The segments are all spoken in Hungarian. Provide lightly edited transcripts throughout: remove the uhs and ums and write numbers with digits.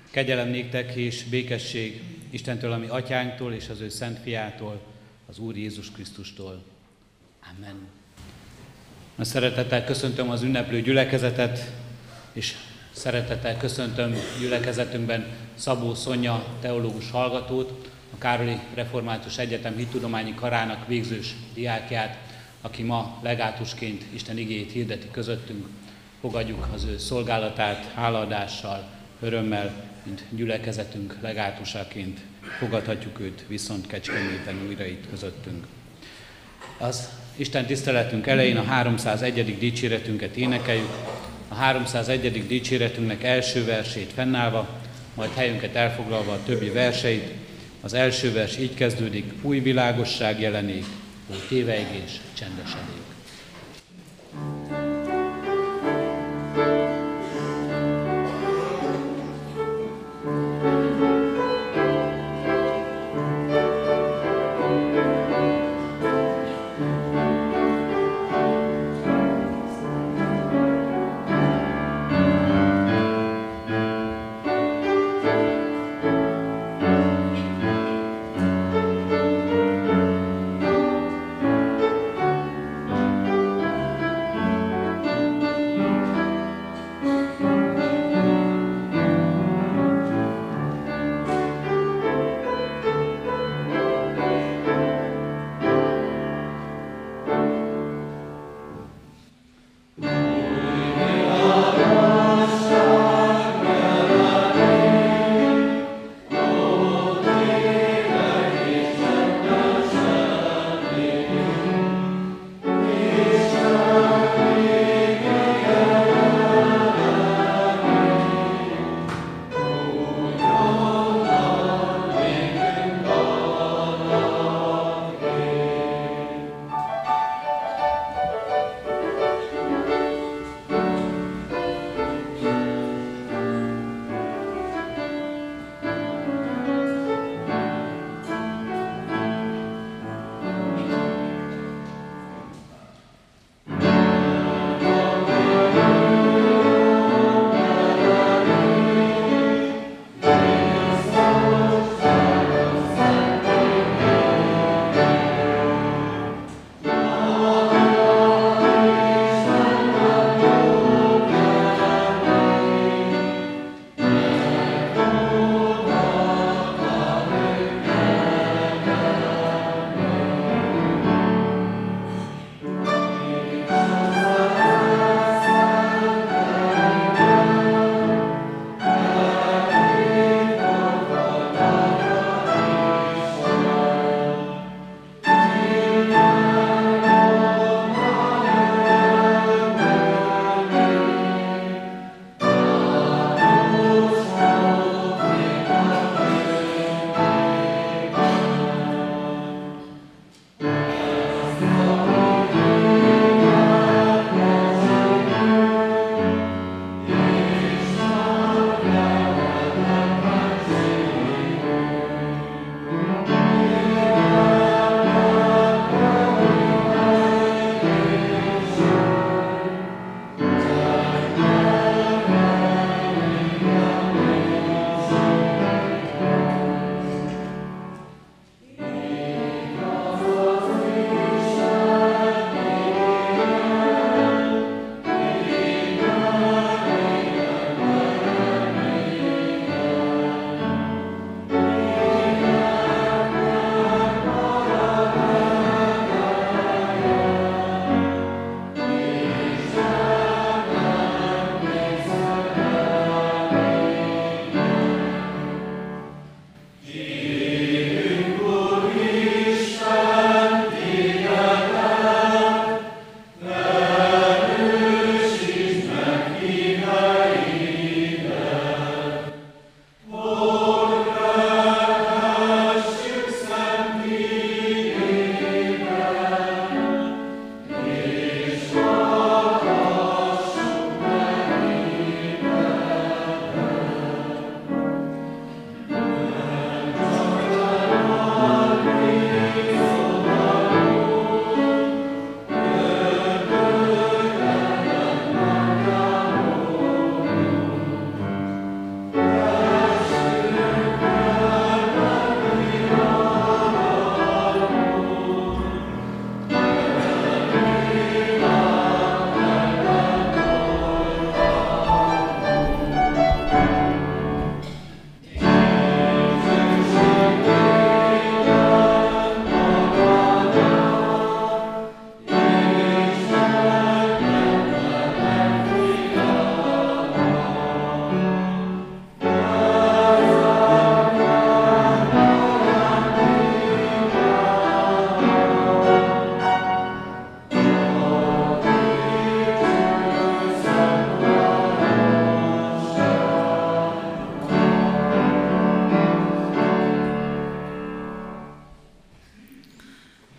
Kegyelem néktek és békesség Istentől, ami atyánktól és az ő szent fiától, az Úr Jézus Krisztustól. Amen. Nagy szeretettel köszöntöm az ünneplő gyülekezetet, és szeretettel köszöntöm gyülekezetünkben Szabó Szonya teológus hallgatót, a Károli Református Egyetem hittudományi karának végzős diákját, aki ma legátusként Isten igéjét hirdeti közöttünk. Fogadjuk az ő szolgálatát hálaadással, örömmel, mint gyülekezetünk legátusaként fogadhatjuk őt viszont Kecskeméten újra itt közöttünk. Az Isten tiszteletünk elején a 301. dicséretünket énekeljük, a 301. dicséretünknek első versét fennállva, majd helyünket elfoglalva a többi verseit. Az első vers így kezdődik: új világosság jelenik, ó tévejgés csendesedik.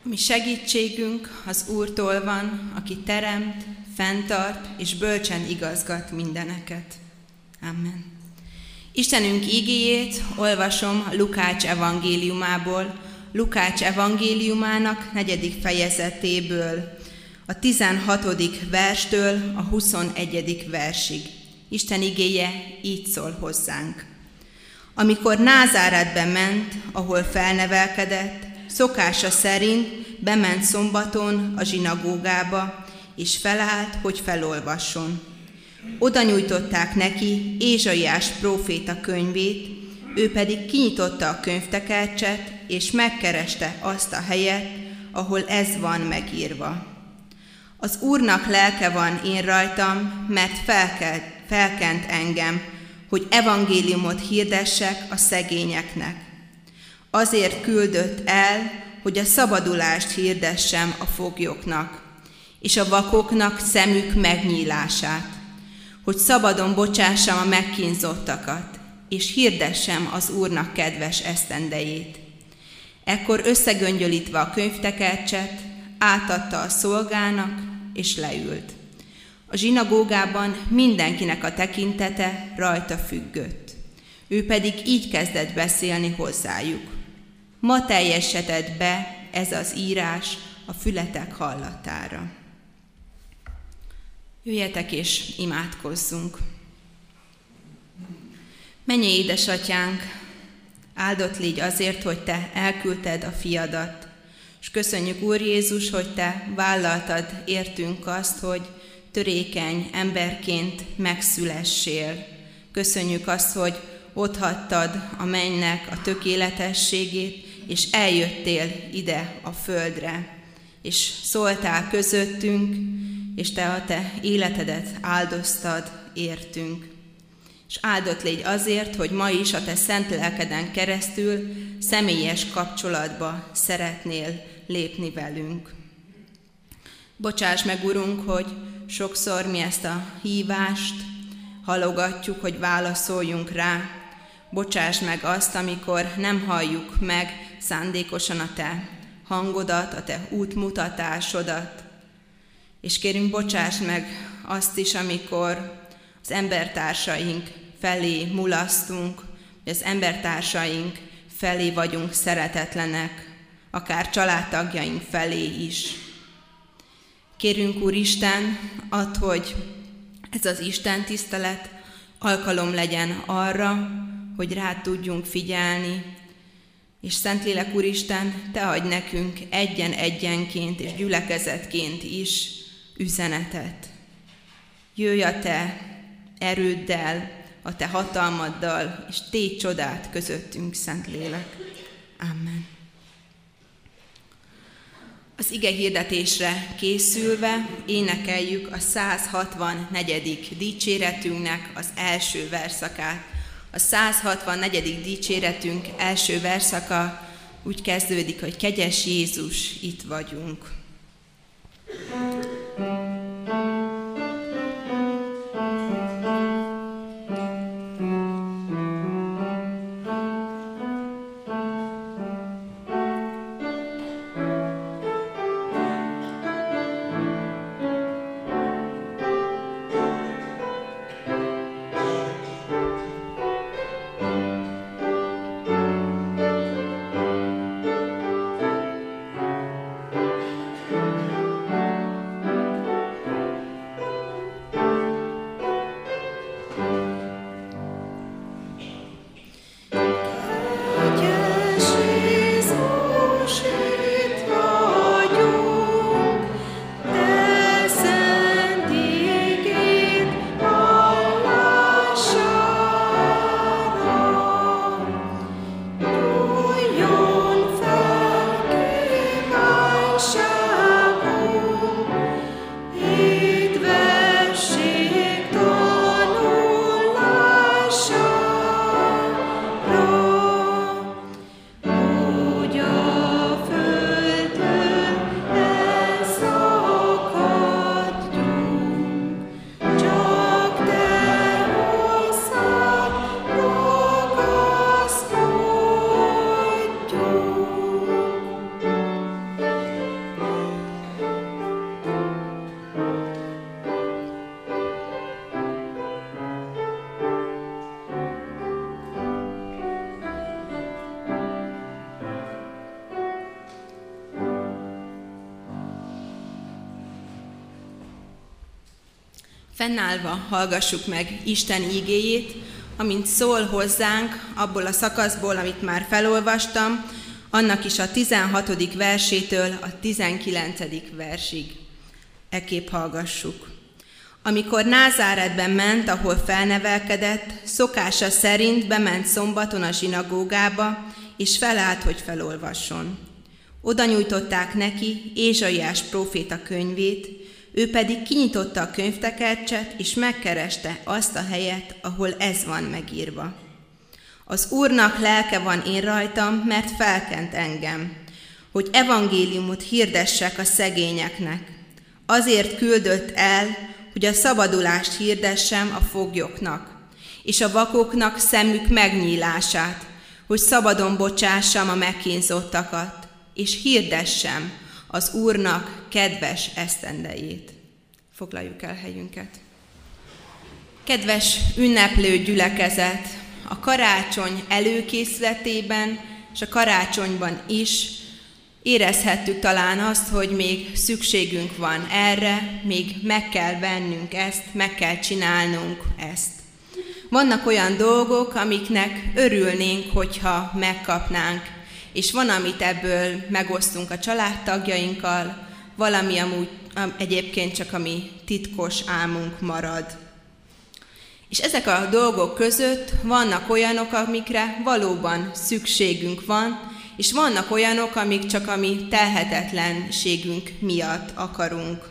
Mi segítségünk az Úrtól van, aki teremt, fenntart és bölcsen igazgat mindeneket. Amen. Istenünk igéjét olvasom a Lukács evangéliumából, Lukács evangéliumának 4. fejezetéből, a 16. verstől a 21. versig. Isten igéje így szól hozzánk. Amikor Názáretbe ment, ahol felnevelkedett, szokása szerint bement szombaton a zsinagógába, és felállt, hogy felolvasson. Oda nyújtották neki Ézsaiás próféta könyvét, ő pedig kinyitotta a könyvtekercset, és megkereste azt a helyet, ahol ez van megírva. Az Úrnak lelke van én rajtam, mert felkent engem, hogy evangéliumot hirdessek a szegényeknek. Azért küldött el, hogy a szabadulást hirdessem a foglyoknak, és a vakoknak szemük megnyílását, hogy szabadon bocsássam a megkínzottakat, és hirdessem az Úrnak kedves esztendejét. Ekkor összegöngyölítve a könyvtekercset, átadta a szolgának, és leült. A zsinagógában mindenkinek a tekintete rajta függött. Ő pedig így kezdett beszélni hozzájuk. Ma teljesedett be ez az írás a fületek hallatára. Jöjjetek és imádkozzunk. Mennyei édesatyánk, áldott légy azért, hogy te elküldted a fiadat, és köszönjük, Úr Jézus, hogy te vállaltad értünk azt, hogy törékeny emberként megszülessél. Köszönjük azt, hogy otthattad a mennynek a tökéletességét, és eljöttél ide a földre, és szóltál közöttünk, és te a te életedet áldoztad értünk. És áldott légy azért, hogy ma is a te szent lelkeden keresztül személyes kapcsolatba szeretnél lépni velünk. Bocsáss meg, Urunk, hogy sokszor mi ezt a hívást halogatjuk, hogy válaszoljunk rá. Bocsáss meg azt, amikor nem halljuk meg szándékosan a te hangodat, a te útmutatásodat. És kérünk, bocsáss meg azt is, amikor az embertársaink felé mulasztunk, hogy az embertársaink felé vagyunk szeretetlenek, akár családtagjaink felé is. Kérünk, Úristen, add, hogy ez az Isten tisztelet alkalom legyen arra, hogy rád tudjunk figyelni, és Szentlélek Úristen, te adj nekünk egyen-egyenként és gyülekezetként is üzenetet. Jöjj a te erőddel, a te hatalmaddal, és tégy csodát közöttünk, Szentlélek. Amen. Az ige hirdetésre készülve énekeljük a 164. dicséretünknek az első verszakát. A 164. dicséretünk első verszaka úgy kezdődik, hogy kegyes Jézus, itt vagyunk. Fennállva hallgassuk meg Isten ígéjét, amint szól hozzánk abból a szakaszból, amit már felolvastam, annak is a 16. versétől a 19. versig. Ekképp hallgassuk. Amikor Názáretben ment, ahol felnevelkedett, szokása szerint bement szombaton a zsinagógába, és felállt, hogy felolvasson. Oda nyújtották neki Ézsaiás próféta könyvét, ő pedig kinyitotta a könyvtekercset, és megkereste azt a helyet, ahol ez van megírva. Az Úrnak lelke van én rajtam, mert felkent engem, hogy evangéliumot hirdessek a szegényeknek. Azért küldött el, hogy a szabadulást hirdessem a foglyoknak, és a vakoknak szemük megnyílását, hogy szabadon bocsássam a megkínzottakat, és hirdessem az Úrnak kedves esztendejét. Foglaljuk el helyünket. Kedves ünneplő gyülekezet, a karácsony előkészületében és a karácsonyban is érezhettük talán azt, hogy még szükségünk van erre, még meg kell vennünk ezt, meg kell csinálnunk ezt. Vannak olyan dolgok, amiknek örülnénk, hogyha megkapnánk, és van, amit ebből megosztunk a családtagjainkkal, valami amúgy egyébként csak a mi titkos álmunk marad. És ezek a dolgok között vannak olyanok, amikre valóban szükségünk van, és vannak olyanok, amik csak a mi telhetetlenségünk miatt akarunk.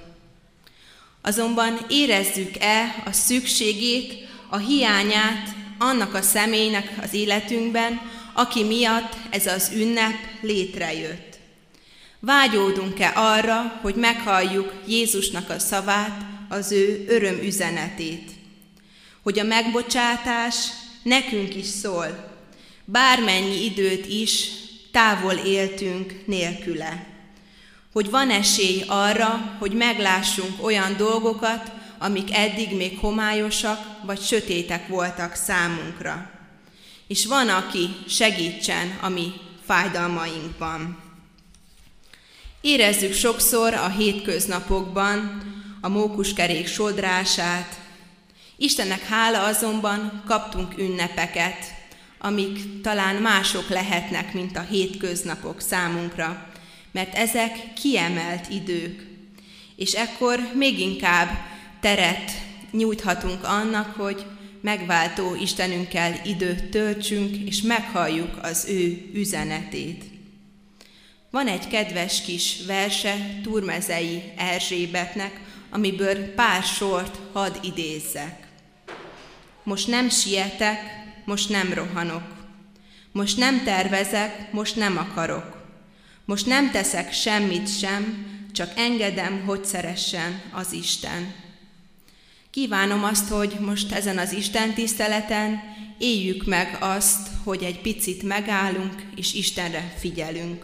Azonban érezzük-e a szükségét, a hiányát annak a személynek az életünkben, aki miatt ez az ünnep létrejött? Vágyódunk-e arra, hogy meghalljuk Jézusnak a szavát, az ő örömüzenetét? Hogy a megbocsátás nekünk is szól, bármennyi időt is távol éltünk nélküle. Hogy van esély arra, hogy meglássunk olyan dolgokat, amik eddig még homályosak vagy sötétek voltak számunkra. És van, aki segítsen a mi fájdalmainkban. Érezzük sokszor a hétköznapokban a mókuskerék sodrását. Istennek hála azonban kaptunk ünnepeket, amik talán mások lehetnek, mint a hétköznapok számunkra, mert ezek kiemelt idők, és ekkor még inkább teret nyújthatunk annak, hogy megváltó Istenünkkel időt töltsünk, és meghalljuk az ő üzenetét. Van egy kedves kis verse Turmezei Erzsébetnek, amiből pár sort hadd idézzek. Most nem sietek, most nem rohanok. Most nem tervezek, most nem akarok. Most nem teszek semmit sem, csak engedem, hogy szeressen az Isten. Kívánom azt, hogy most ezen az Isten tiszteleten éljük meg azt, hogy egy picit megállunk, és Istenre figyelünk.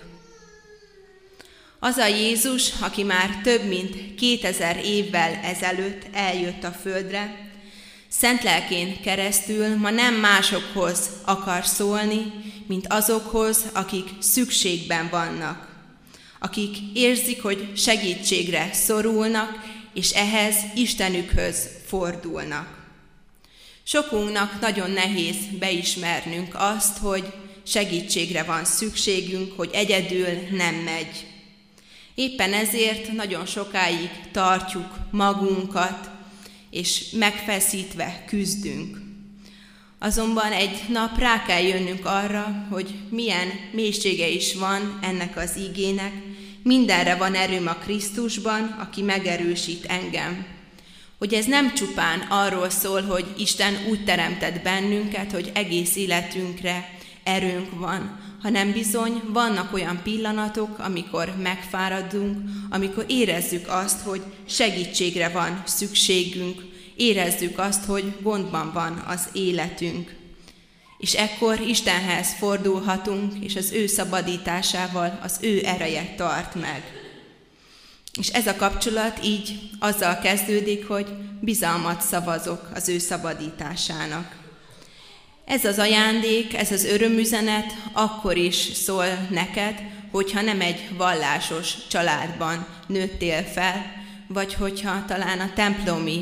Az a Jézus, aki már több mint 2000 évvel ezelőtt eljött a földre, Szent Lelkén keresztül ma nem másokhoz akar szólni, mint azokhoz, akik szükségben vannak, akik érzik, hogy segítségre szorulnak, és ehhez Istenükhöz fordulnak. Sokunknak nagyon nehéz beismernünk azt, hogy segítségre van szükségünk, hogy egyedül nem megy. Éppen ezért nagyon sokáig tartjuk magunkat, és megfeszítve küzdünk. Azonban egy nap rá kell jönnünk arra, hogy milyen mélysége is van ennek az igének, mindenre van erőm a Krisztusban, aki megerősít engem. Hogy ez nem csupán arról szól, hogy Isten úgy teremtett bennünket, hogy egész életünkre erőnk van, hanem bizony vannak olyan pillanatok, amikor megfáradunk, amikor érezzük azt, hogy segítségre van szükségünk, érezzük azt, hogy gondban van az életünk. És ekkor Istenhez fordulhatunk, és az ő szabadításával az ő ereje tart meg. És ez a kapcsolat így azzal kezdődik, hogy bizalmat szavazok az ő szabadításának. Ez az ajándék, ez az örömüzenet akkor is szól neked, hogyha nem egy vallásos családban nőttél fel, vagy hogyha talán a templomi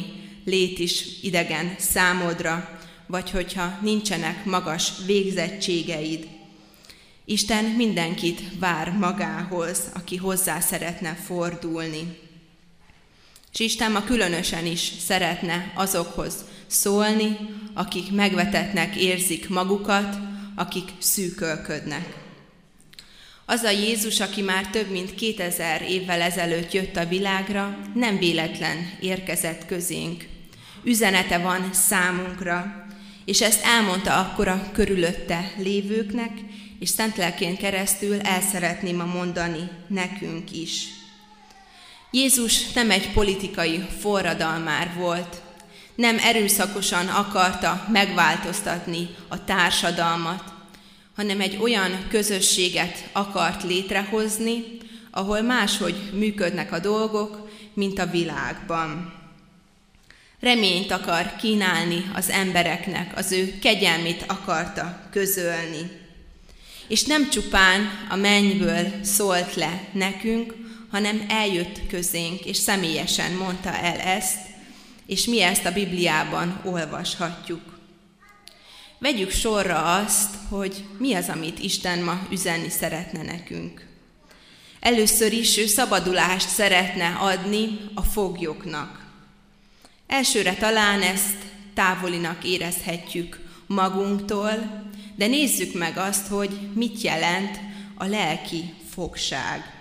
lét is idegen számodra, vagy hogyha nincsenek magas végzettségeid. Isten mindenkit vár magához, aki hozzá szeretne fordulni. És Isten ma különösen is szeretne azokhoz szólni, akik megvetettnek érzik magukat, akik szűkölködnek. Az a Jézus, aki már több mint 2000 évvel ezelőtt jött a világra, nem véletlen érkezett közénk. Üzenete van számunkra, és ezt elmondta akkor a körülötte lévőknek, és Szentlelkén keresztül el szeretném ma mondani nekünk is. Jézus nem egy politikai forradalmár volt, nem erőszakosan akarta megváltoztatni a társadalmat, hanem egy olyan közösséget akart létrehozni, ahol máshogy működnek a dolgok, mint a világban. Reményt akar kínálni az embereknek, az ő kegyelmét akarta közölni. És nem csupán a mennyből szólt le nekünk, hanem eljött közénk, és személyesen mondta el ezt, és mi ezt a Bibliában olvashatjuk. Vegyük sorra azt, hogy mi az, amit Isten ma üzenni szeretne nekünk. Először is ő szabadulást szeretne adni a foglyoknak. Elsőre talán ezt távolinak érezhetjük magunktól, de nézzük meg azt, hogy mit jelent a lelki fogság.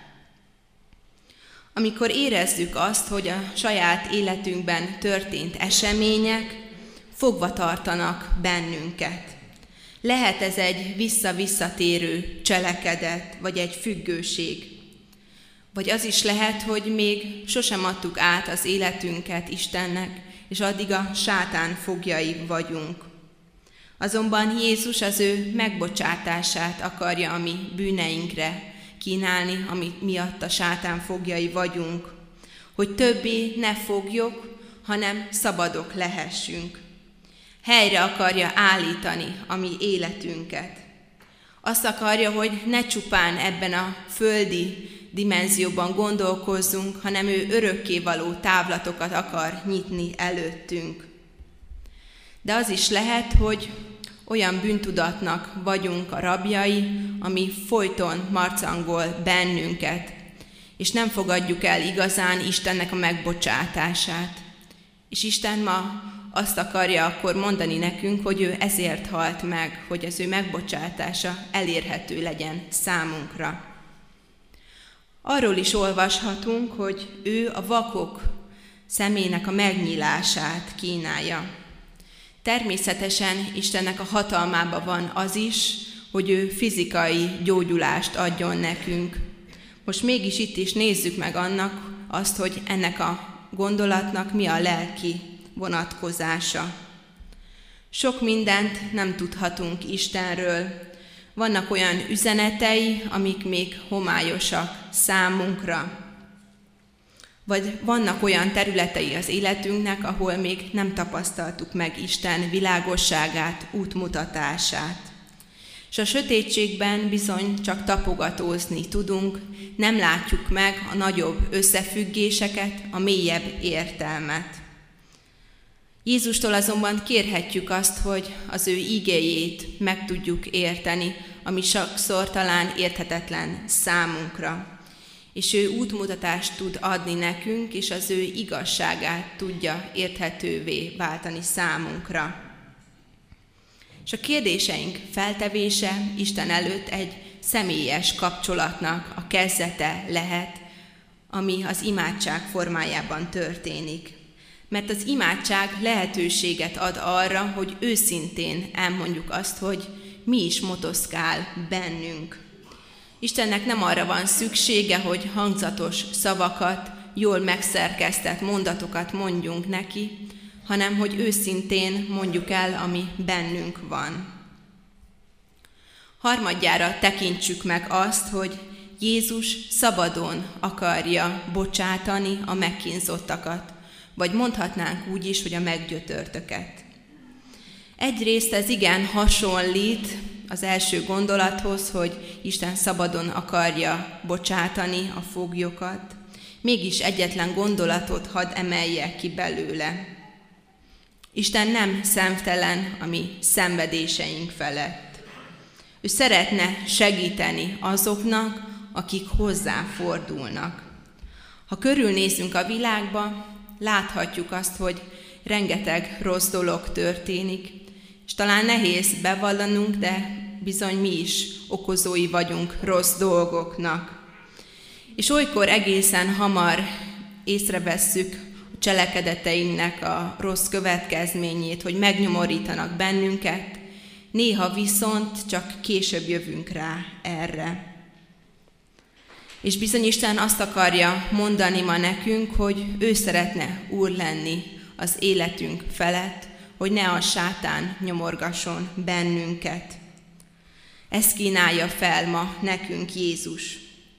Amikor érezzük azt, hogy a saját életünkben történt események fogva tartanak bennünket. Lehet ez egy vissza-visszatérő cselekedet, vagy egy függőség. Vagy az is lehet, hogy még sosem adtuk át az életünket Istennek, és addig a sátán foglyai vagyunk. Azonban Jézus az ő megbocsátását akarja a mi bűneinkre kínálni, ami miatt a sátán foglyai vagyunk, hogy többé ne foglyok, hanem szabadok lehessünk. Helyre akarja állítani a mi életünket. Azt akarja, hogy ne csupán ebben a földi dimenzióban gondolkozzunk, hanem ő örökkévaló távlatokat akar nyitni előttünk. De az is lehet, hogy olyan bűntudatnak vagyunk a rabjai, ami folyton marcangol bennünket, és nem fogadjuk el igazán Istennek a megbocsátását. És Isten ma azt akarja akkor mondani nekünk, hogy ő ezért halt meg, hogy az ő megbocsátása elérhető legyen számunkra. Arról is olvashatunk, hogy ő a vakok szemének a megnyílását kínálja. Természetesen Istennek a hatalmában van az is, hogy ő fizikai gyógyulást adjon nekünk. Most mégis itt is nézzük meg azt, hogy ennek a gondolatnak mi a lelki vonatkozása. Sok mindent nem tudhatunk Istenről. Vannak olyan üzenetei, amik még homályosak számunkra. Vagy vannak olyan területei az életünknek, ahol még nem tapasztaltuk meg Isten világosságát, útmutatását. És a sötétségben bizony csak tapogatózni tudunk, nem látjuk meg a nagyobb összefüggéseket, a mélyebb értelmet. Jézustól azonban kérhetjük azt, hogy az ő igéjét meg tudjuk érteni, ami sokszor talán érthetetlen számunkra. És ő útmutatást tud adni nekünk, és az ő igazságát tudja érthetővé váltani számunkra. És a kérdéseink feltevése Isten előtt egy személyes kapcsolatnak a kezdete lehet, ami az imádság formájában történik. Mert az imádság lehetőséget ad arra, hogy őszintén elmondjuk azt, hogy mi is motoszkál bennünk. Istennek nem arra van szüksége, hogy hangzatos szavakat, jól megszerkesztett mondatokat mondjunk neki, hanem hogy őszintén mondjuk el, ami bennünk van. Harmadjára tekintsük meg azt, hogy Jézus szabadon akarja bocsátani a megkínzottakat, vagy mondhatnánk úgy is, hogy a meggyötörtöket. Egyrészt ez igen hasonlít az első gondolathoz, hogy Isten szabadon akarja bocsátani a foglyokat, mégis egyetlen gondolatot hadd emelje ki belőle. Isten nem szemtelen a mi szenvedéseink felett. Ő szeretne segíteni azoknak, akik hozzáfordulnak. Ha körülnézünk a világba, láthatjuk azt, hogy rengeteg rossz dolog történik, és talán nehéz bevallanunk, de bizony mi is okozói vagyunk rossz dolgoknak. És olykor egészen hamar észrevesszük a cselekedeteinknek a rossz következményét, hogy megnyomorítanak bennünket, néha viszont csak később jövünk rá erre. És bizony Isten azt akarja mondani ma nekünk, hogy ő szeretne úr lenni az életünk felett, hogy ne a sátán nyomorgasson bennünket. Ezt kínálja fel ma nekünk Jézus.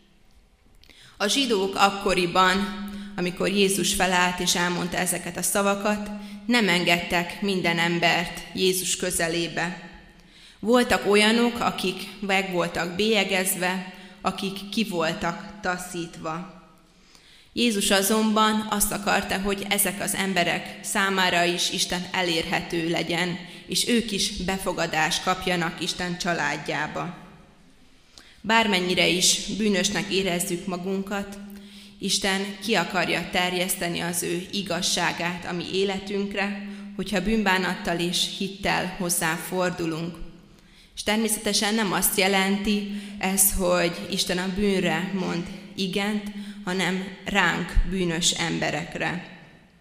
A zsidók akkoriban, amikor Jézus felállt és elmondta ezeket a szavakat, nem engedtek minden embert Jézus közelébe. Voltak olyanok, akik meg voltak bélyegezve, akik ki voltak taszítva. Jézus azonban azt akarta, hogy ezek az emberek számára is Isten elérhető legyen, és ők is befogadást kapjanak Isten családjába. Bármennyire is bűnösnek érezzük magunkat, Isten ki akarja terjeszteni az ő igazságát a mi életünkre, hogyha bűnbánattal és hittel hozzá fordulunk. És természetesen nem azt jelenti ez, hogy Isten a bűnre mond igent, hanem ránk, bűnös emberekre.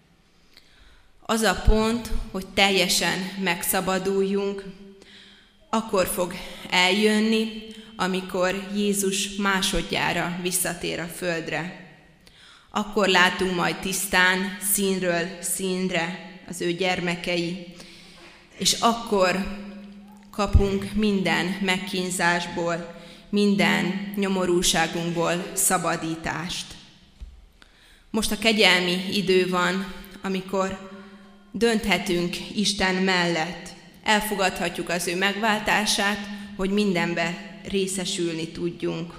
Az a pont, hogy teljesen megszabaduljunk, akkor fog eljönni, amikor Jézus másodjára visszatér a földre. Akkor látunk majd tisztán, színről színre az ő gyermekei, és akkor kapunk minden megkínzásból, minden nyomorúságunkból szabadítást. Most a kegyelmi idő van, amikor dönthetünk Isten mellett, elfogadhatjuk az ő megváltását, hogy mindenbe részesülni tudjunk.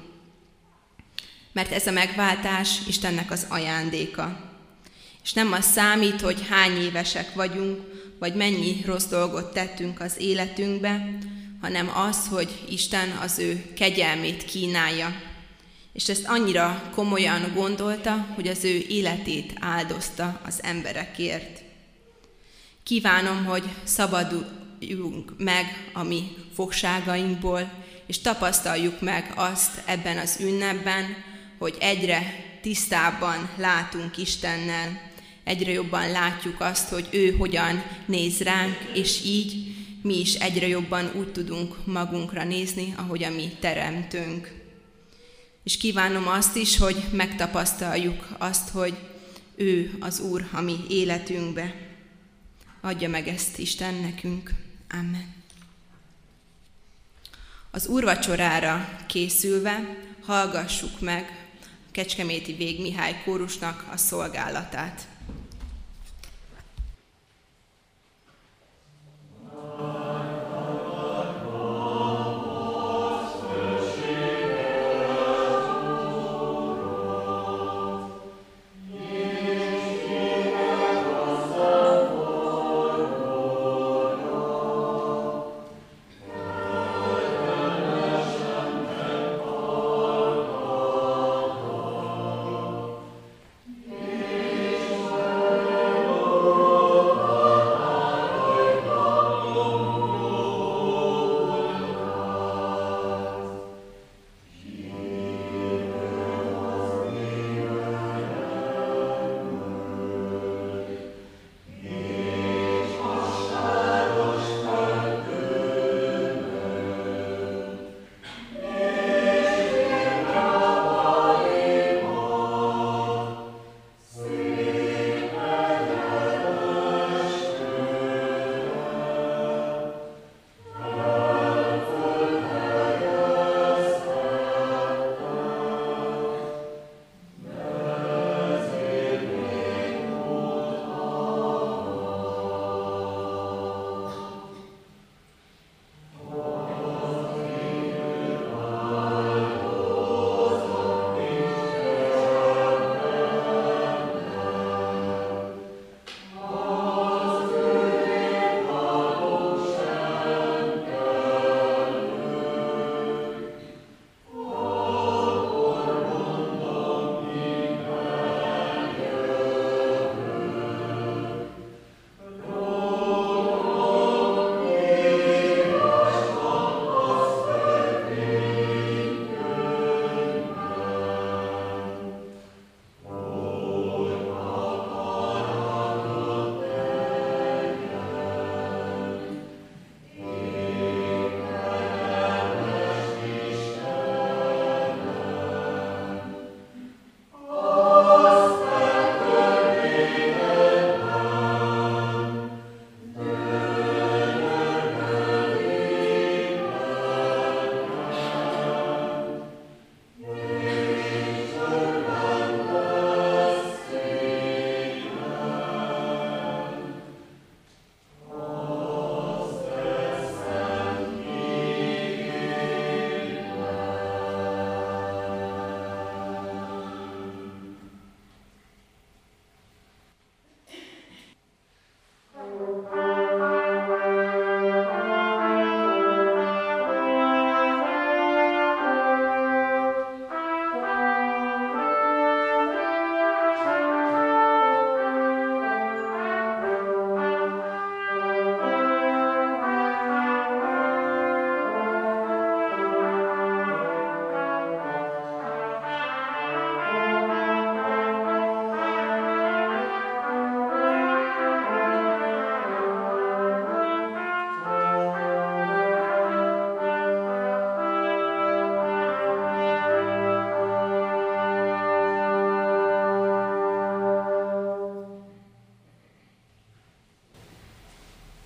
Mert ez a megváltás Istennek az ajándéka. És nem az számít, hogy hány évesek vagyunk, vagy mennyi rossz dolgot tettünk az életünkbe, hanem az, hogy Isten az ő kegyelmét kínálja. És ezt annyira komolyan gondolta, hogy az ő életét áldozta az emberekért. Kívánom, hogy szabaduljunk meg a mi fogságainkból, és tapasztaljuk meg azt ebben az ünnepben, hogy egyre tisztábban látunk Istennel, egyre jobban látjuk azt, hogy ő hogyan néz ránk, és így mi is egyre jobban úgy tudunk magunkra nézni, ahogy a mi teremtőnk. És kívánom azt is, hogy megtapasztaljuk azt, hogy ő az Úr a mi életünkbe. Adja meg ezt Isten nekünk. Amen. Az úrvacsorára készülve hallgassuk meg a Kecskeméti Vég Mihály kórusnak a szolgálatát. Yeah.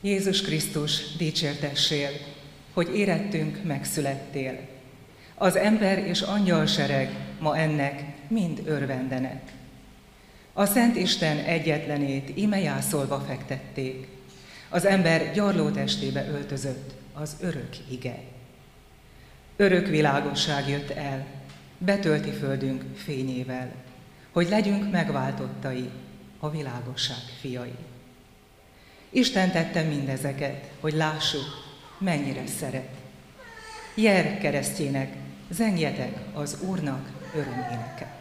Jézus Krisztus, dicsértessél, hogy érettünk megszülettél. Az ember és angyalsereg ma ennek mind örvendenek. A Szent Isten egyetlenét íme jászolva fektették. Az ember gyarlótestébe öltözött, az örök ige. Örök világosság jött el, betölti földünk fényével, hogy legyünk megváltottai, a világosság fiai. Isten tette mindezeket, hogy lássuk, mennyire szeret. Jer keresztjének, zengjetek az Úrnak öröméneket.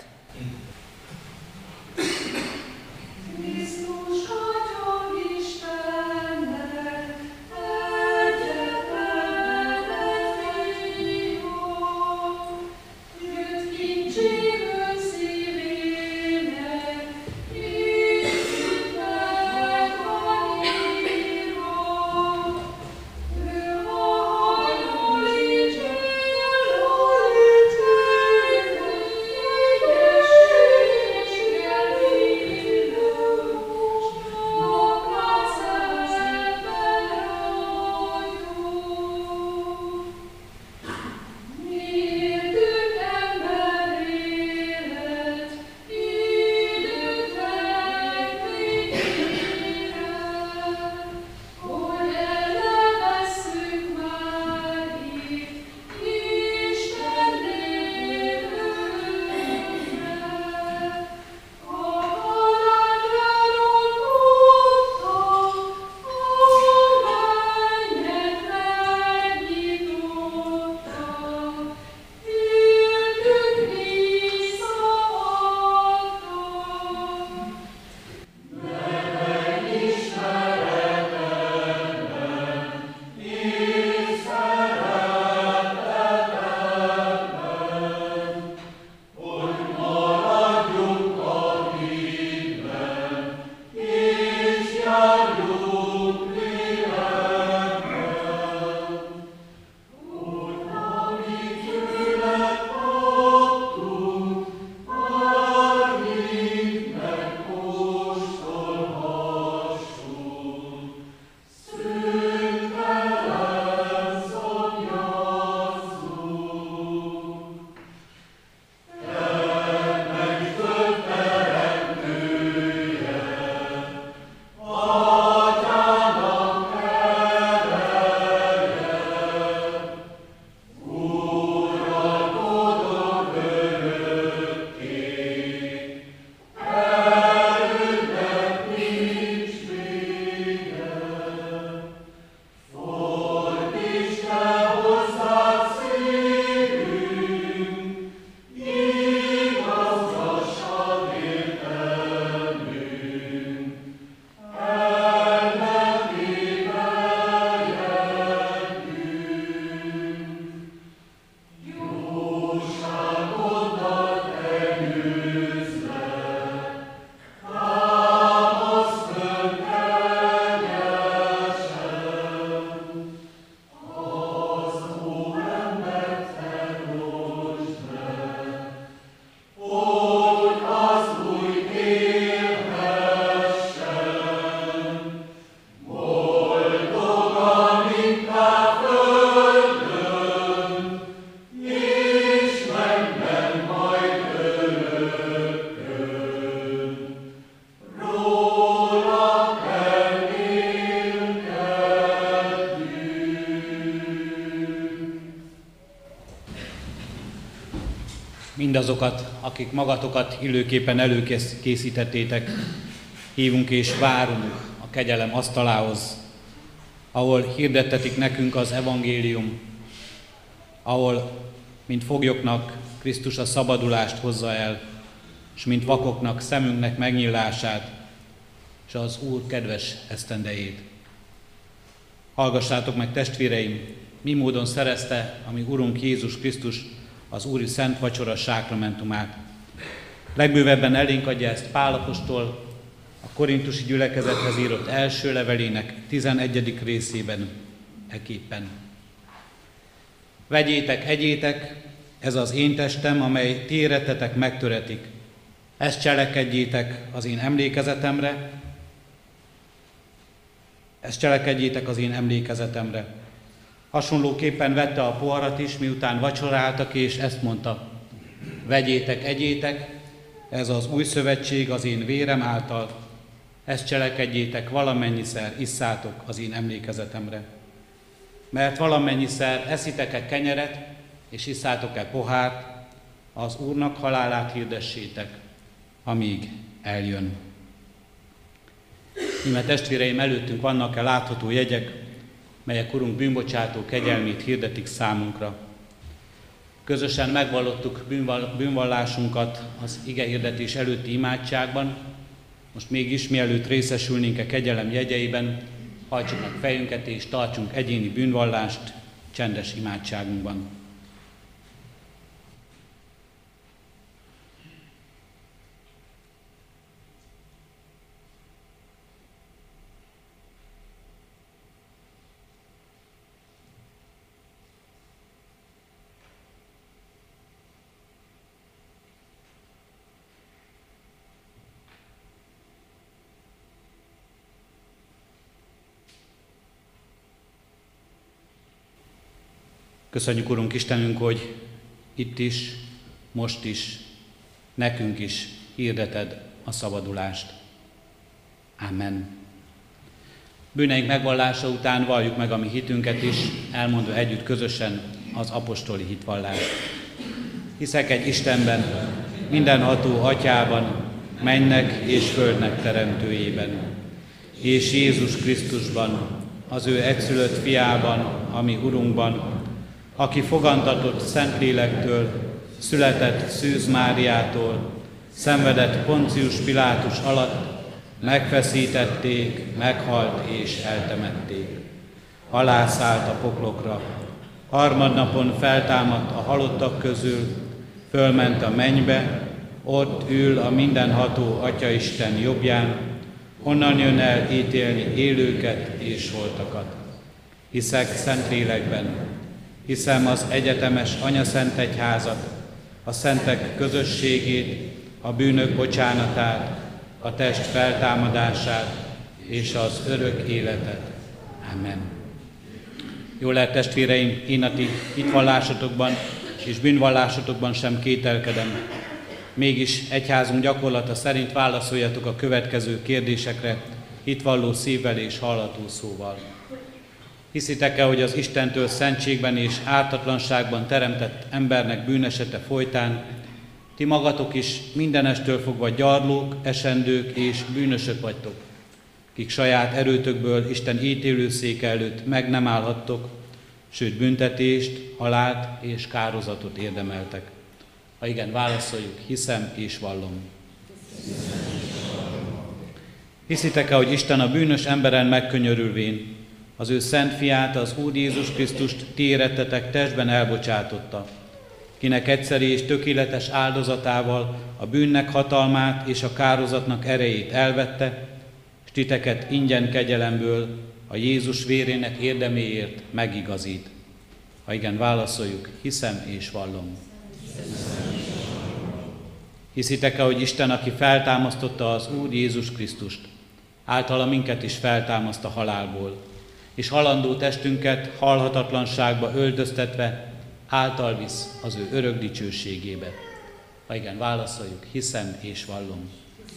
Mindazokat, akik magatokat illőképpen előkészítettétek, hívunk és várunk a kegyelem asztalához, ahol hirdettetik nekünk az evangélium, ahol, mint foglyoknak, Krisztus a szabadulást hozza el, és mint vakoknak szemünknek megnyílását, és az Úr kedves esztendejét. Hallgassátok meg, testvéreim, mi módon szerezte a mi Urunk Jézus Krisztus az Úri Szent Vacsora sákramentumát. Legbővebben elénk adja ezt Pál apostol a korintusi gyülekezethez írott első levelének 11. részében eképpen. Vegyétek, egyétek, ez az én testem, amely ti érettetek megtöretik. Ezt cselekedjétek az én emlékezetemre. Ezt cselekedjétek az én emlékezetemre. Hasonlóképpen vette a poharat is, miután vacsoráltak, és ezt mondta: vegyétek, egyétek, ez az új szövetség az én vérem által, ezt cselekedjétek, valamennyiszer isszátok az én emlékezetemre. Mert valamennyiszer eszitek-e kenyeret, és isszátok-e pohárt, az Úrnak halálát hirdessétek, amíg eljön. Íme testvéreim, előttünk vannak-e látható jegyek, melyek Urunk bűnbocsátó kegyelmét hirdetik számunkra. Közösen megvallottuk bűnvallásunkat az igehirdetés előtti imádságban, most mégis mielőtt részesülnénk a kegyelem jegyeiben, hajtsuk meg fejünket és tartsunk egyéni bűnvallást csendes imádságunkban. Köszönjük, Urunk Istenünk, hogy itt is, most is, nekünk is hirdeted a szabadulást. Amen. Bűneink megvallása után valljuk meg a mi hitünket is, elmondva együtt közösen az apostoli hitvallást. Hiszek egy Istenben, mindenható Atyában, mennek és földnek teremtőjében, és Jézus Krisztusban, az ő egyszülött fiában, a mi Urunkban, aki fogantatott Szentlélektől, született Szűz Máriától, szenvedett Poncius Pilátus alatt, megfeszítették, meghalt és eltemették. Alászállt a poklokra, harmadnapon feltámadt a halottak közül, fölment a mennybe, ott ül a mindenható Atyaisten jobbján, onnan jön el ítélni élőket és holtakat. Hiszek Szentlélekben, hiszem az egyetemes Anyaszentegyházat, a szentek közösségét, a bűnök bocsánatát, a test feltámadását és az örök életet. Amen. Jól lehet, testvéreim, én a ti hitvallásotokban és bűnvallásotokban sem kételkedem. Mégis egyházunk gyakorlata szerint válaszoljatok a következő kérdésekre hitvalló szívvel és hallató szóval. Hiszitek-e, hogy az Istentől szentségben és ártatlanságban teremtett embernek bűnesete folytán ti magatok is mindenestől fogva gyarlók, esendők és bűnösök vagytok, kik saját erőtökből Isten ítélőszéke előtt meg nem állhattok, sőt büntetést, halált és kározatot érdemeltek? Ha igen, válaszoljuk: hiszem és vallom. Hiszitek-e, hogy Isten a bűnös emberen megkönyörülvén az ő szent fiát, az Úr Jézus Krisztust ti érettetek testben elbocsátotta, kinek egyszeri és tökéletes áldozatával a bűnnek hatalmát és a kározatnak erejét elvette, és titeket ingyen kegyelemből a Jézus vérének érdeméért megigazít? Ha igen, válaszoljuk: hiszem és vallom. Hiszitek-e, hogy Isten, aki feltámasztotta az Úr Jézus Krisztust, általa minket is feltámaszt a halálból, és halandó testünket halhatatlanságba öltöztetve által visz az ő örök dicsőségébe? Ha igen, válaszoljuk: hiszem és vallom.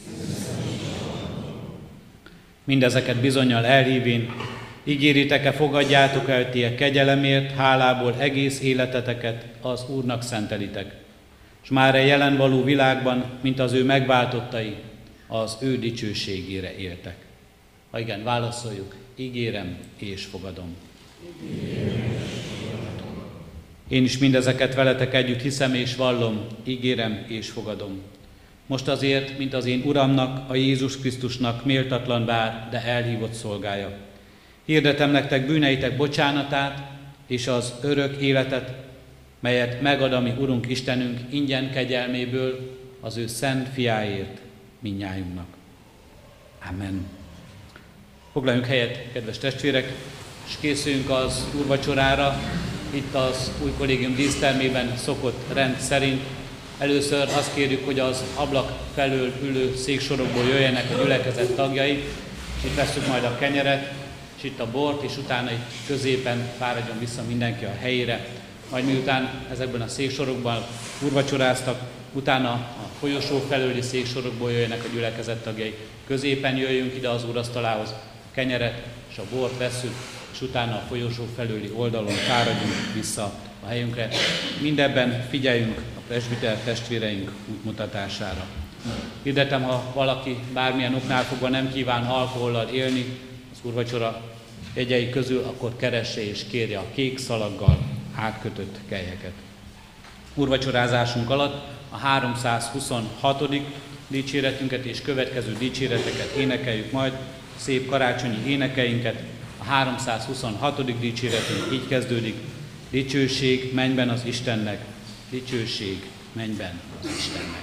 Mindezeket bizonnyal elhívén, ígéritek-e, fogadjátok el ti a kegyelemért, hálából egész életeteket az Úrnak szentelitek, és már a jelen való világban, mint az ő megváltottai, az ő dicsőségére éltek? Ha igen, válaszoljuk: ígérem és fogadom. Én is mindezeket veletek együtt hiszem és vallom, ígérem és fogadom. Most azért, mint az én Uramnak, a Jézus Krisztusnak méltatlan bár, de elhívott szolgája. Hirdetem nektek bűneitek bocsánatát és az örök életet, melyet megad a mi Urunk Istenünk ingyen kegyelméből az ő szent fiáért mindnyájunknak. Amen. Foglaljunk helyet, kedves testvérek, és készüljünk az úrvacsorára, itt az új kollégium dísztermében szokott rend szerint. Először azt kérjük, hogy az ablak felől ülő széksorokból jöjjenek a gyülekezet tagjai, és itt vesszük majd a kenyeret, és itt a bort, és utána itt középen fáradjon vissza mindenki a helyére. Majd miután ezekben a széksorokban úrvacsoráztak, utána a folyosó felőli széksorokból jöjjenek a gyülekezet tagjai. Középen jöjjünk ide az úrasztalához, a kenyeret és a bort vesszük, és utána a folyosó felőli oldalon fáradjunk vissza a helyünkre. Mindebben figyeljünk a presbiter testvéreink útmutatására. Hirdetem, ha valaki bármilyen oknál fogva nem kíván alkohollal élni az úrvacsora jegyei közül, akkor keresse és kérje a kék szalaggal átkötött kelyheket. Úrvacsorázásunk alatt a 326. dicséretünket és következő dicséreteket énekeljük majd, szép karácsonyi énekeinket. A 326. dicséretünk így kezdődik: dicsőség mennyben az Istennek, dicsőség mennyben az Istennek.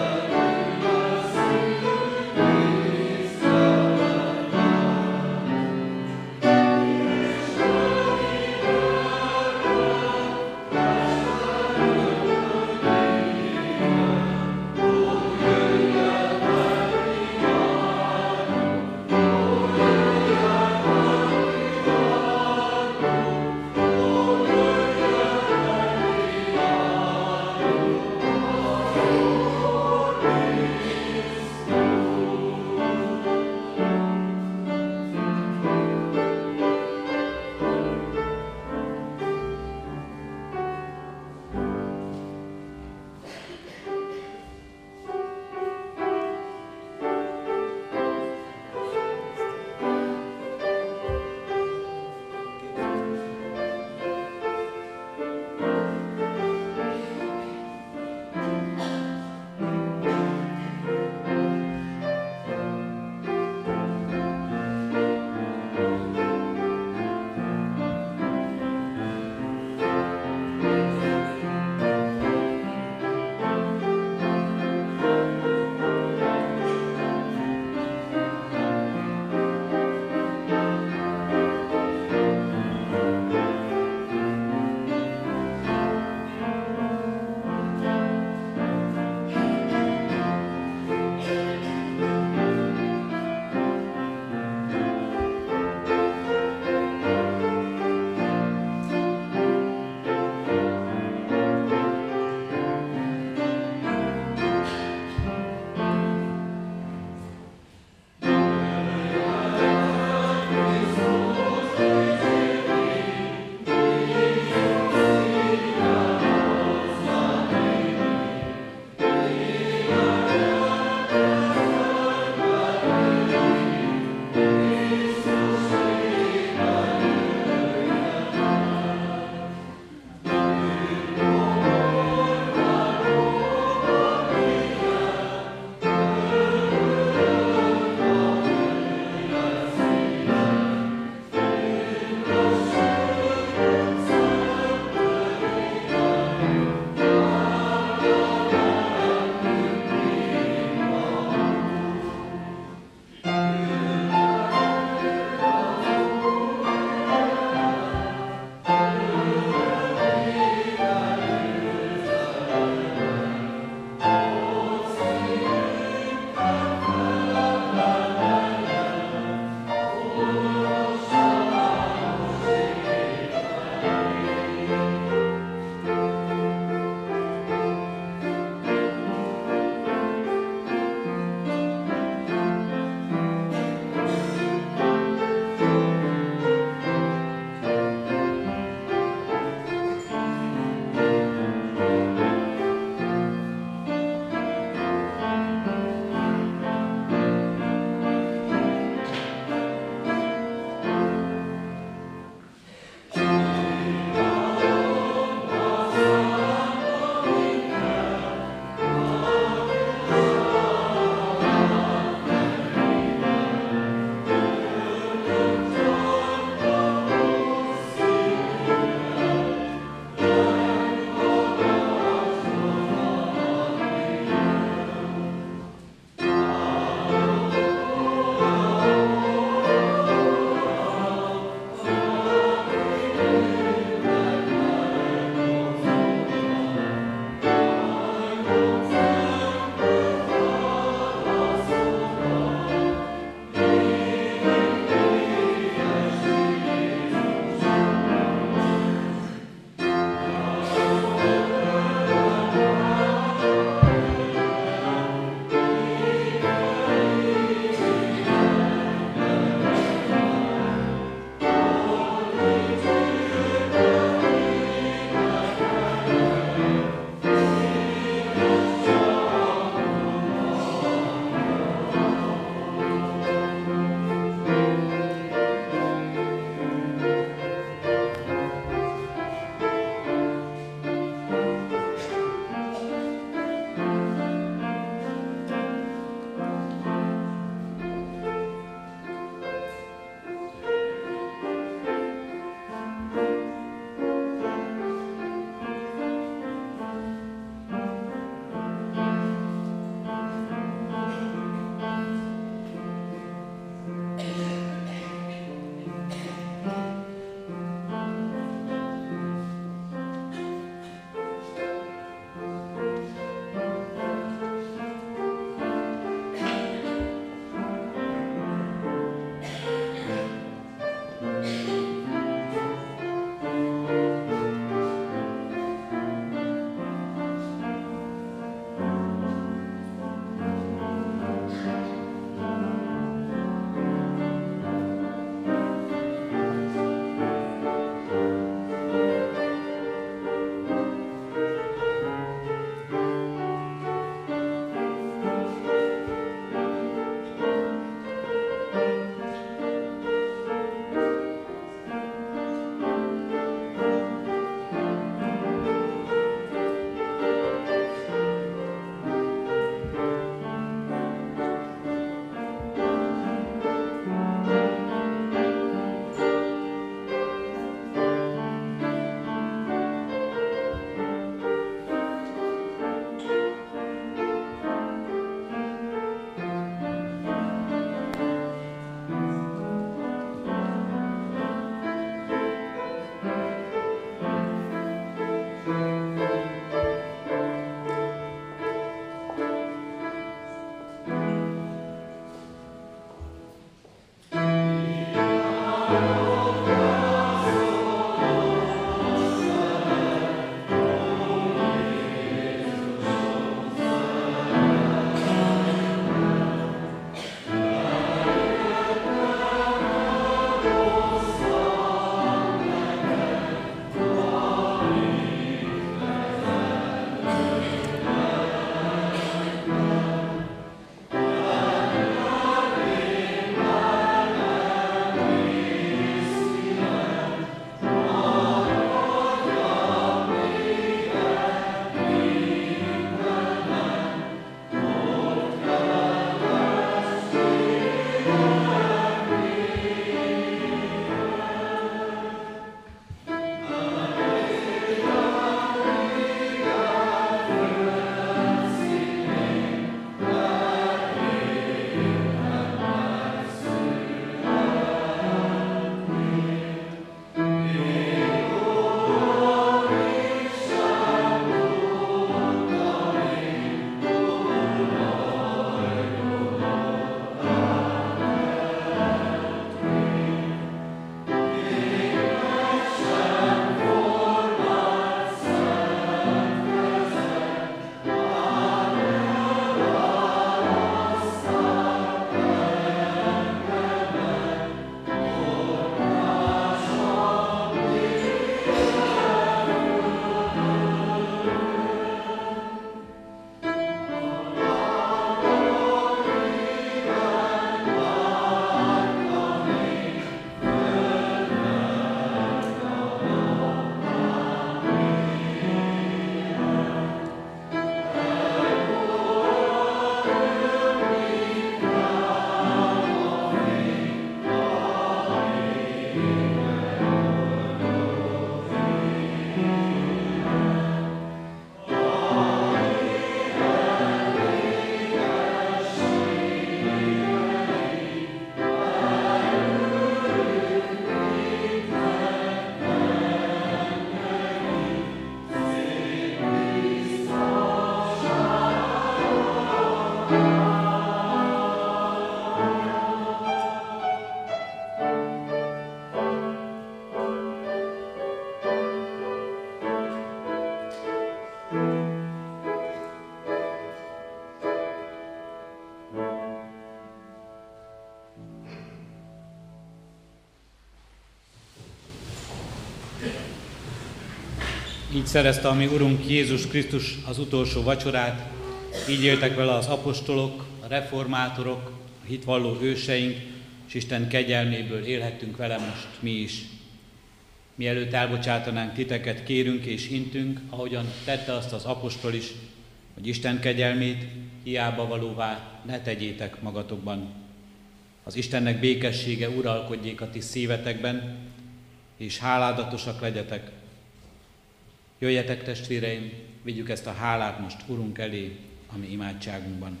Így szerezte a mi Urunk Jézus Krisztus az utolsó vacsorát, így éltek vele az apostolok, a reformátorok, a hitvalló őseink, és Isten kegyelméből élhettünk vele most mi is. Mielőtt elbocsátanánk titeket, kérünk és intünk, ahogyan tette azt az apostol is, hogy Isten kegyelmét hiába valóvá ne tegyétek magatokban. Az Istennek békessége uralkodjék a ti szívetekben, és háládatosak legyetek. Jöjjetek, testvéreim, vigyük ezt a hálát most Urunk elé, a mi imádságunkban.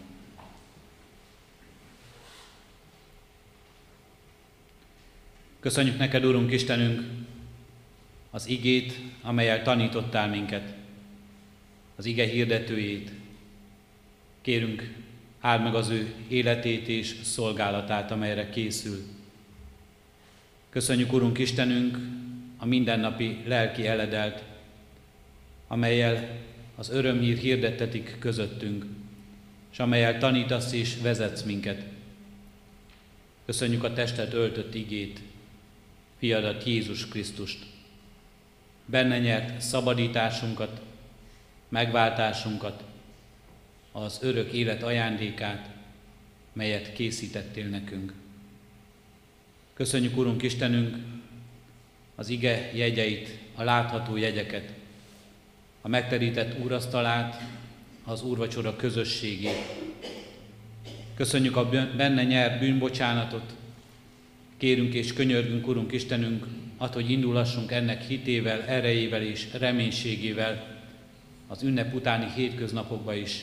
Köszönjük neked, Urunk Istenünk, az igét, amellyel tanítottál minket, az ige hirdetőjét. Kérünk, áld meg az ő életét és szolgálatát, amelyre készül. Köszönjük, Urunk Istenünk, a mindennapi lelki eledelt, amellyel az örömhír hirdettetik közöttünk, és amellyel tanítasz és vezetsz minket. Köszönjük a testet öltött igét, fiadat Jézus Krisztust. Benne nyert szabadításunkat, megváltásunkat, az örök élet ajándékát, melyet készítettél nekünk. Köszönjük, Urunk Istenünk, az ige jegyeit, a látható jegyeket, a megterített úrasztalát, az úrvacsora közösségét. Köszönjük a benne nyert bűnbocsánatot. Kérünk és könyörgünk, Urunk Istenünk, hogy indulhassunk ennek hitével, erejével és reménységével az ünnep utáni hétköznapokba is.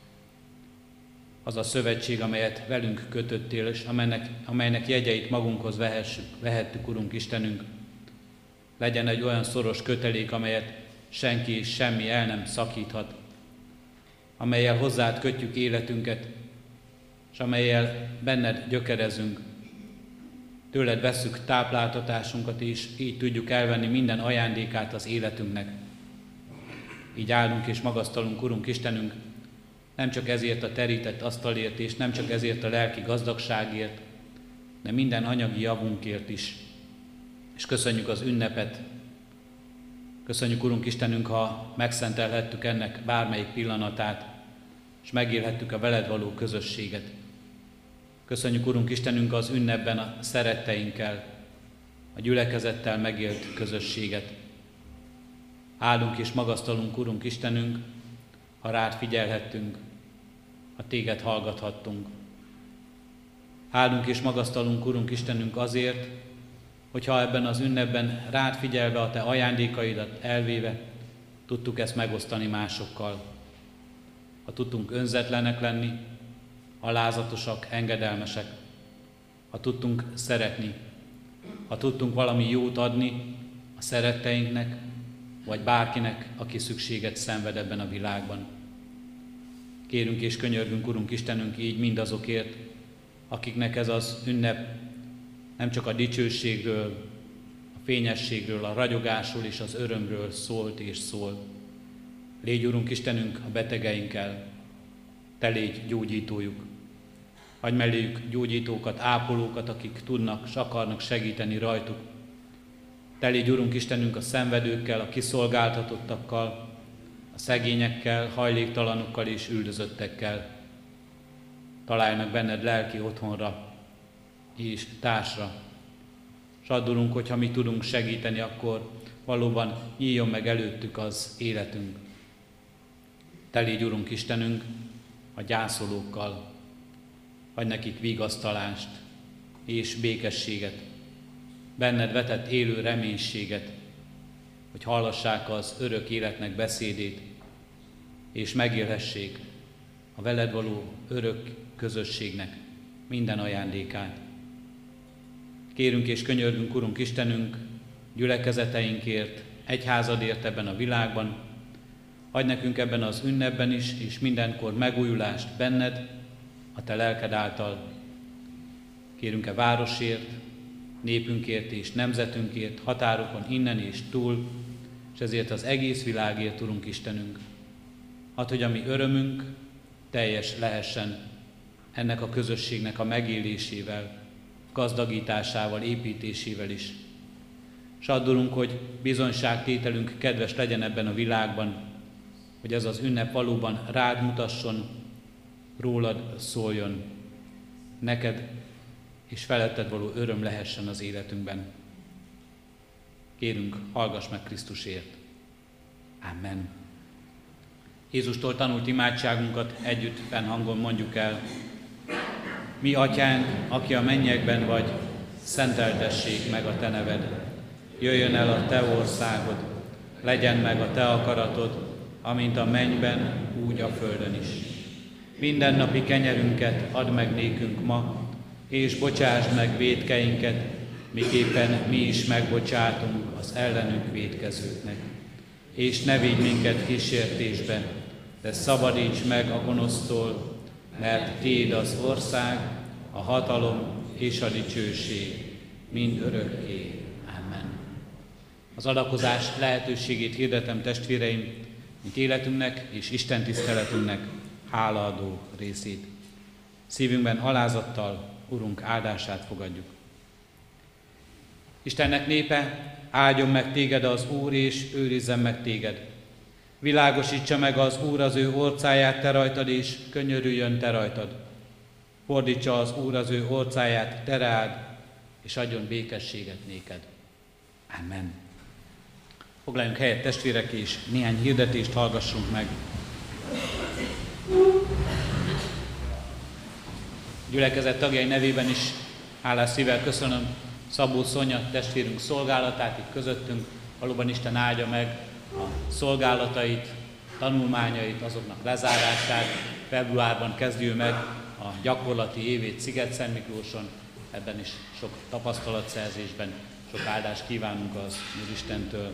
Az a szövetség, amelyet velünk kötöttél, és amelynek jegyeit magunkhoz vehettük, Urunk Istenünk, legyen egy olyan szoros kötelék, amelyet senki és semmi el nem szakíthat, amellyel hozzád kötjük életünket, és amellyel benned gyökerezünk. Tőled vesszük tápláltatásunkat, és így tudjuk elvenni minden ajándékát az életünknek. Így állunk és magasztalunk, Urunk Istenünk, nem csak ezért a terített asztalért, és nem csak ezért a lelki gazdagságért, de minden anyagi javunkért is. És köszönjük az ünnepet. Köszönjük, Urunk Istenünk, ha megszentelhettük ennek bármelyik pillanatát, és megélhettük a veled való közösséget. Köszönjük, Urunk Istenünk, az ünnepben a szeretteinkkel, a gyülekezettel megélt közösséget. Áldunk és magasztalunk, Urunk Istenünk, ha rád figyelhettünk, ha téged hallgathattunk. Áldunk és magasztalunk, Urunk Istenünk, azért, hogyha ebben az ünnepben rád figyelve, a te ajándékaidat elvéve tudtuk ezt megosztani másokkal. Ha tudtunk önzetlenek lenni, alázatosak, engedelmesek, ha tudtunk szeretni, ha tudtunk valami jót adni a szeretteinknek, vagy bárkinek, aki szükséget szenved ebben a világban. Kérünk és könyörgünk, Urunk Istenünk, így mindazokért, akiknek ez az ünnep nem csak a dicsőségről, a fényességről, a ragyogásról és az örömről szólt és szól. Légy, Urunk Istenünk, a betegeinkkel, te légy gyógyítójuk. Adj melléjük gyógyítókat, ápolókat, akik tudnak és akarnak segíteni rajtuk. Te légy, Urunk Istenünk, a szenvedőkkel, a kiszolgáltatottakkal, a szegényekkel, hajléktalanokkal és üldözöttekkel. Találjanak benned lelki otthonra és társra. S add, Urunk, hogyha mi tudunk segíteni, akkor valóban nyíljon meg előttük az életünk. Te légy, Urunk Istenünk, a gyászolókkal. Adj nekik vigasztalást és békességet, benned vetett élő reménységet, hogy hallassák az örök életnek beszédét, és megélhessék a veled való örök közösségnek minden ajándékát. Kérünk és könyörgünk, Urunk Istenünk, gyülekezeteinkért, egyházadért ebben a világban. Adj nekünk ebben az ünnepben is, és mindenkor megújulást benned, a te lelked által. Kérünk-e városért, népünkért és nemzetünkért, határokon innen és túl, és ezért az egész világért, Urunk Istenünk. Add, hogy a mi örömünk teljes lehessen ennek a közösségnek a megélésével, gazdagításával, építésével is. S add, Urunk, hogy bizonyságtételünk kedves legyen ebben a világban, hogy ez az ünnep valóban rád mutasson, rólad szóljon, neked és feletted való öröm lehessen az életünkben. Kérünk, hallgass meg Krisztusért. Amen. Jézustól tanult imádságunkat együtt fennhangon mondjuk el. Mi atyánk, aki a mennyekben vagy, szenteltessék meg a te neved. Jöjjön el a te országod, legyen meg a te akaratod, amint a mennyben, úgy a földön is. Mindennapi kenyerünket add meg nékünk ma, és bocsásd meg vétkeinket, miképpen mi is megbocsátunk az ellenünk vétkezőknek. És ne vigy minket kísértésbe, de szabadíts meg a gonosztól, mert tiéd az ország, a hatalom és a dicsőség mind örökké. Amen. Az adakozás lehetőségét hirdetem, testvéreim, mint életünknek és Isten tiszteletünknek hálaadó részét. Szívünkben alázattal Urunk áldását fogadjuk. Istennek népe, áldjon meg téged az Úr, és őrizzen meg téged. Világosítsa meg az Úr az ő orcáját te rajtad, és könyörüljön te rajtad. Fordítsa az Úr az ő orcáját te rád, és adjon békességet néked. Amen. Foglaljunk helyet, testvérek, és néhány hirdetést hallgassunk meg. Gyülekezet tagjai nevében is hálás szívvel köszönöm Szabó Szonya testvérünk szolgálatát itt közöttünk. Valóban Isten áldja meg a szolgálatait, tanulmányait, azoknak lezárását. Februárban kezdi ő meg a gyakorlati évét Sziget-Szent Miklóson. Ebben is sok tapasztalatszerzésben, sok áldást kívánunk az Úristentől.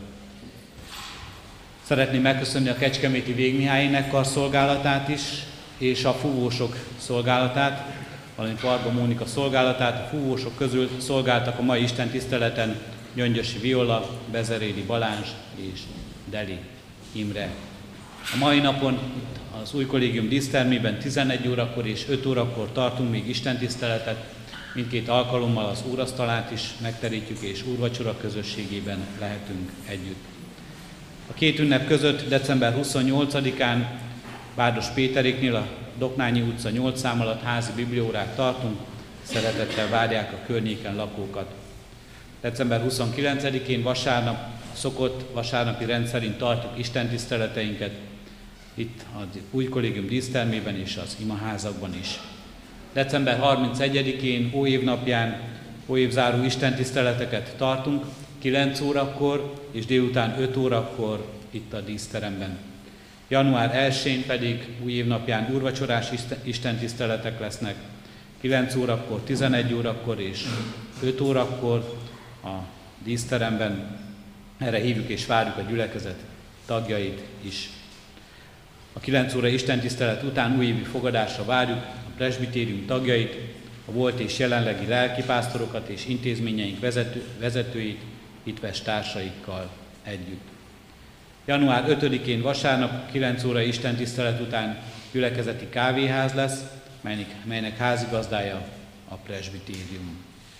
Szeretném megköszönni a Kecskeméti Végmihály Énekkar szolgálatát is, és a fúvósok szolgálatát, valamint Varga Mónika szolgálatát. A fúvósok közül szolgáltak a mai Isten tiszteleten Gyöngyösi Viola, Bezerédi Balázs és Deli Imre. A mai napon itt az új kollégium dísztermében 11 órakor és 5 órakor tartunk még Isten tiszteletet. Mindkét alkalommal az úrasztalát is megterítjük, és úrvacsora közösségében lehetünk együtt. A két ünnep között december 28-án Bárdos Péteréknél a Doknányi utca 8 szám alatt házi bibliórát tartunk, szeretettel várják a környéken lakókat. December 29-én vasárnap szokott vasárnapi rendszerint tartjuk istentiszteleteinket, itt az új kollégium dísztermében és az imaházakban is. December 31-én óévnapján óévzáró istentiszteleteket tartunk, 9 órakor és délután 5 órakor itt a díszteremben. Január 1-én pedig új évnapján úrvacsorás istentiszteletek lesznek, 9 órakor, 11 órakor és 5 órakor a díszteremben. Erre hívjuk és várjuk a gyülekezet tagjait is. A 9 óra istentisztelet után újévi fogadásra várjuk a presbitérium tagjait, a volt és jelenlegi lelkipásztorokat és intézményeink vezetőit, hitves társaikkal együtt. Január 5-én vasárnap 9 óra istentisztelet után gyülekezeti kávéház lesz, melynek házigazdája a presbitérium.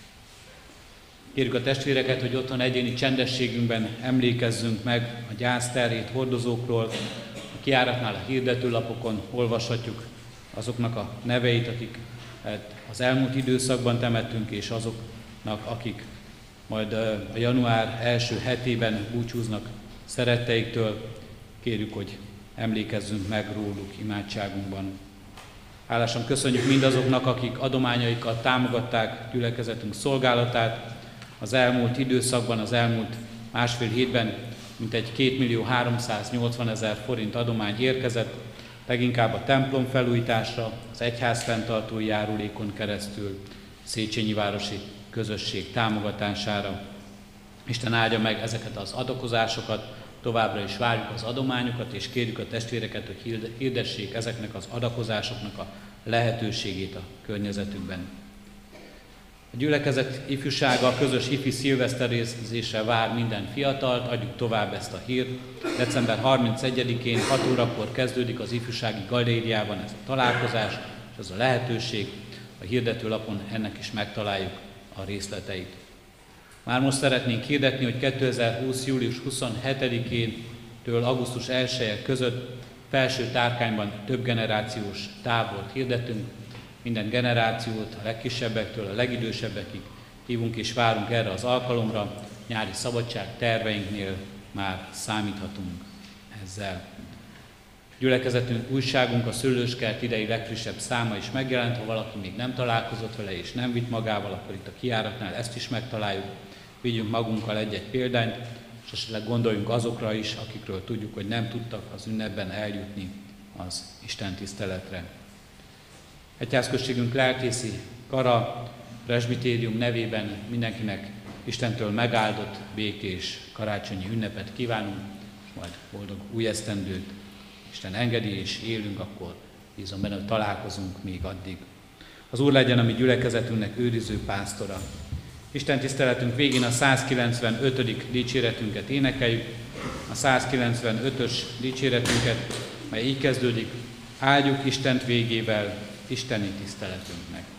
Kérjük a testvéreket, hogy otthon egyéni csendességünkben emlékezzünk meg a gyászterhét hordozókról. A kijáratnál a hirdetőlapokon olvashatjuk azoknak a neveit, akik az elmúlt időszakban temettünk, és azoknak, akik majd a január első hetében búcsúznak szeretteiktől. Kérjük, hogy emlékezzünk meg róluk imádságunkban. Hálásan köszönjük mindazoknak, akik adományaikkal támogatták gyülekezetünk szolgálatát. Az elmúlt időszakban, az elmúlt másfél hétben mintegy 2.380.000 forint adomány érkezett, leginkább a templom felújításra, az egyház fenntartói járulékon keresztül, Széchenyi városi közösség támogatására. Isten áldja meg ezeket az adakozásokat, továbbra is várjuk az adományokat, és kérjük a testvéreket, hogy hirdessék ezeknek az adakozásoknak a lehetőségét a környezetükben. A gyülekezet ifjúsága a közös ifi szilveszterézésre vár minden fiatalt, adjuk tovább ezt a hírt. December 31-én 6 órakor kezdődik az ifjúsági galériában ez a találkozás, és az a lehetőség, a hirdetőlapon ennek is megtaláljuk a részleteit. Már most szeretnénk hirdetni, hogy 2020. július 27-től augusztus 1-e között Felső Tárkányban több generációs tábort hirdetünk. Minden generációt, a legkisebbektől a legidősebbekig hívunk és várunk erre az alkalomra. Nyári szabadság terveinknél már számíthatunk ezzel. Gyülekezetünk újságunk, a Szőlőskert idei legfrissebb száma is megjelent, ha valaki még nem találkozott vele és nem vitt magával, akkor itt a kijáratnál ezt is megtaláljuk. Vigyünk magunkkal egy-egy példányt, és esetleg gondoljunk azokra is, akikről tudjuk, hogy nem tudtak az ünnepben eljutni az Isten tiszteletre. Egyházközségünk lelkészi kara, presbitérium nevében mindenkinek Istentől megáldott, békés karácsonyi ünnepet kívánunk, és majd boldog új esztendőt. Isten engedi és élünk, akkor bízom benne, hogy találkozunk még addig. Az Úr legyen a mi gyülekezetünknek őriző pásztora. Isten tiszteletünk végén a 195. dicséretünket énekeljük, a 195-ös dicséretünket, mely így kezdődik: áldjuk Istent végével, isteni tiszteletünknek.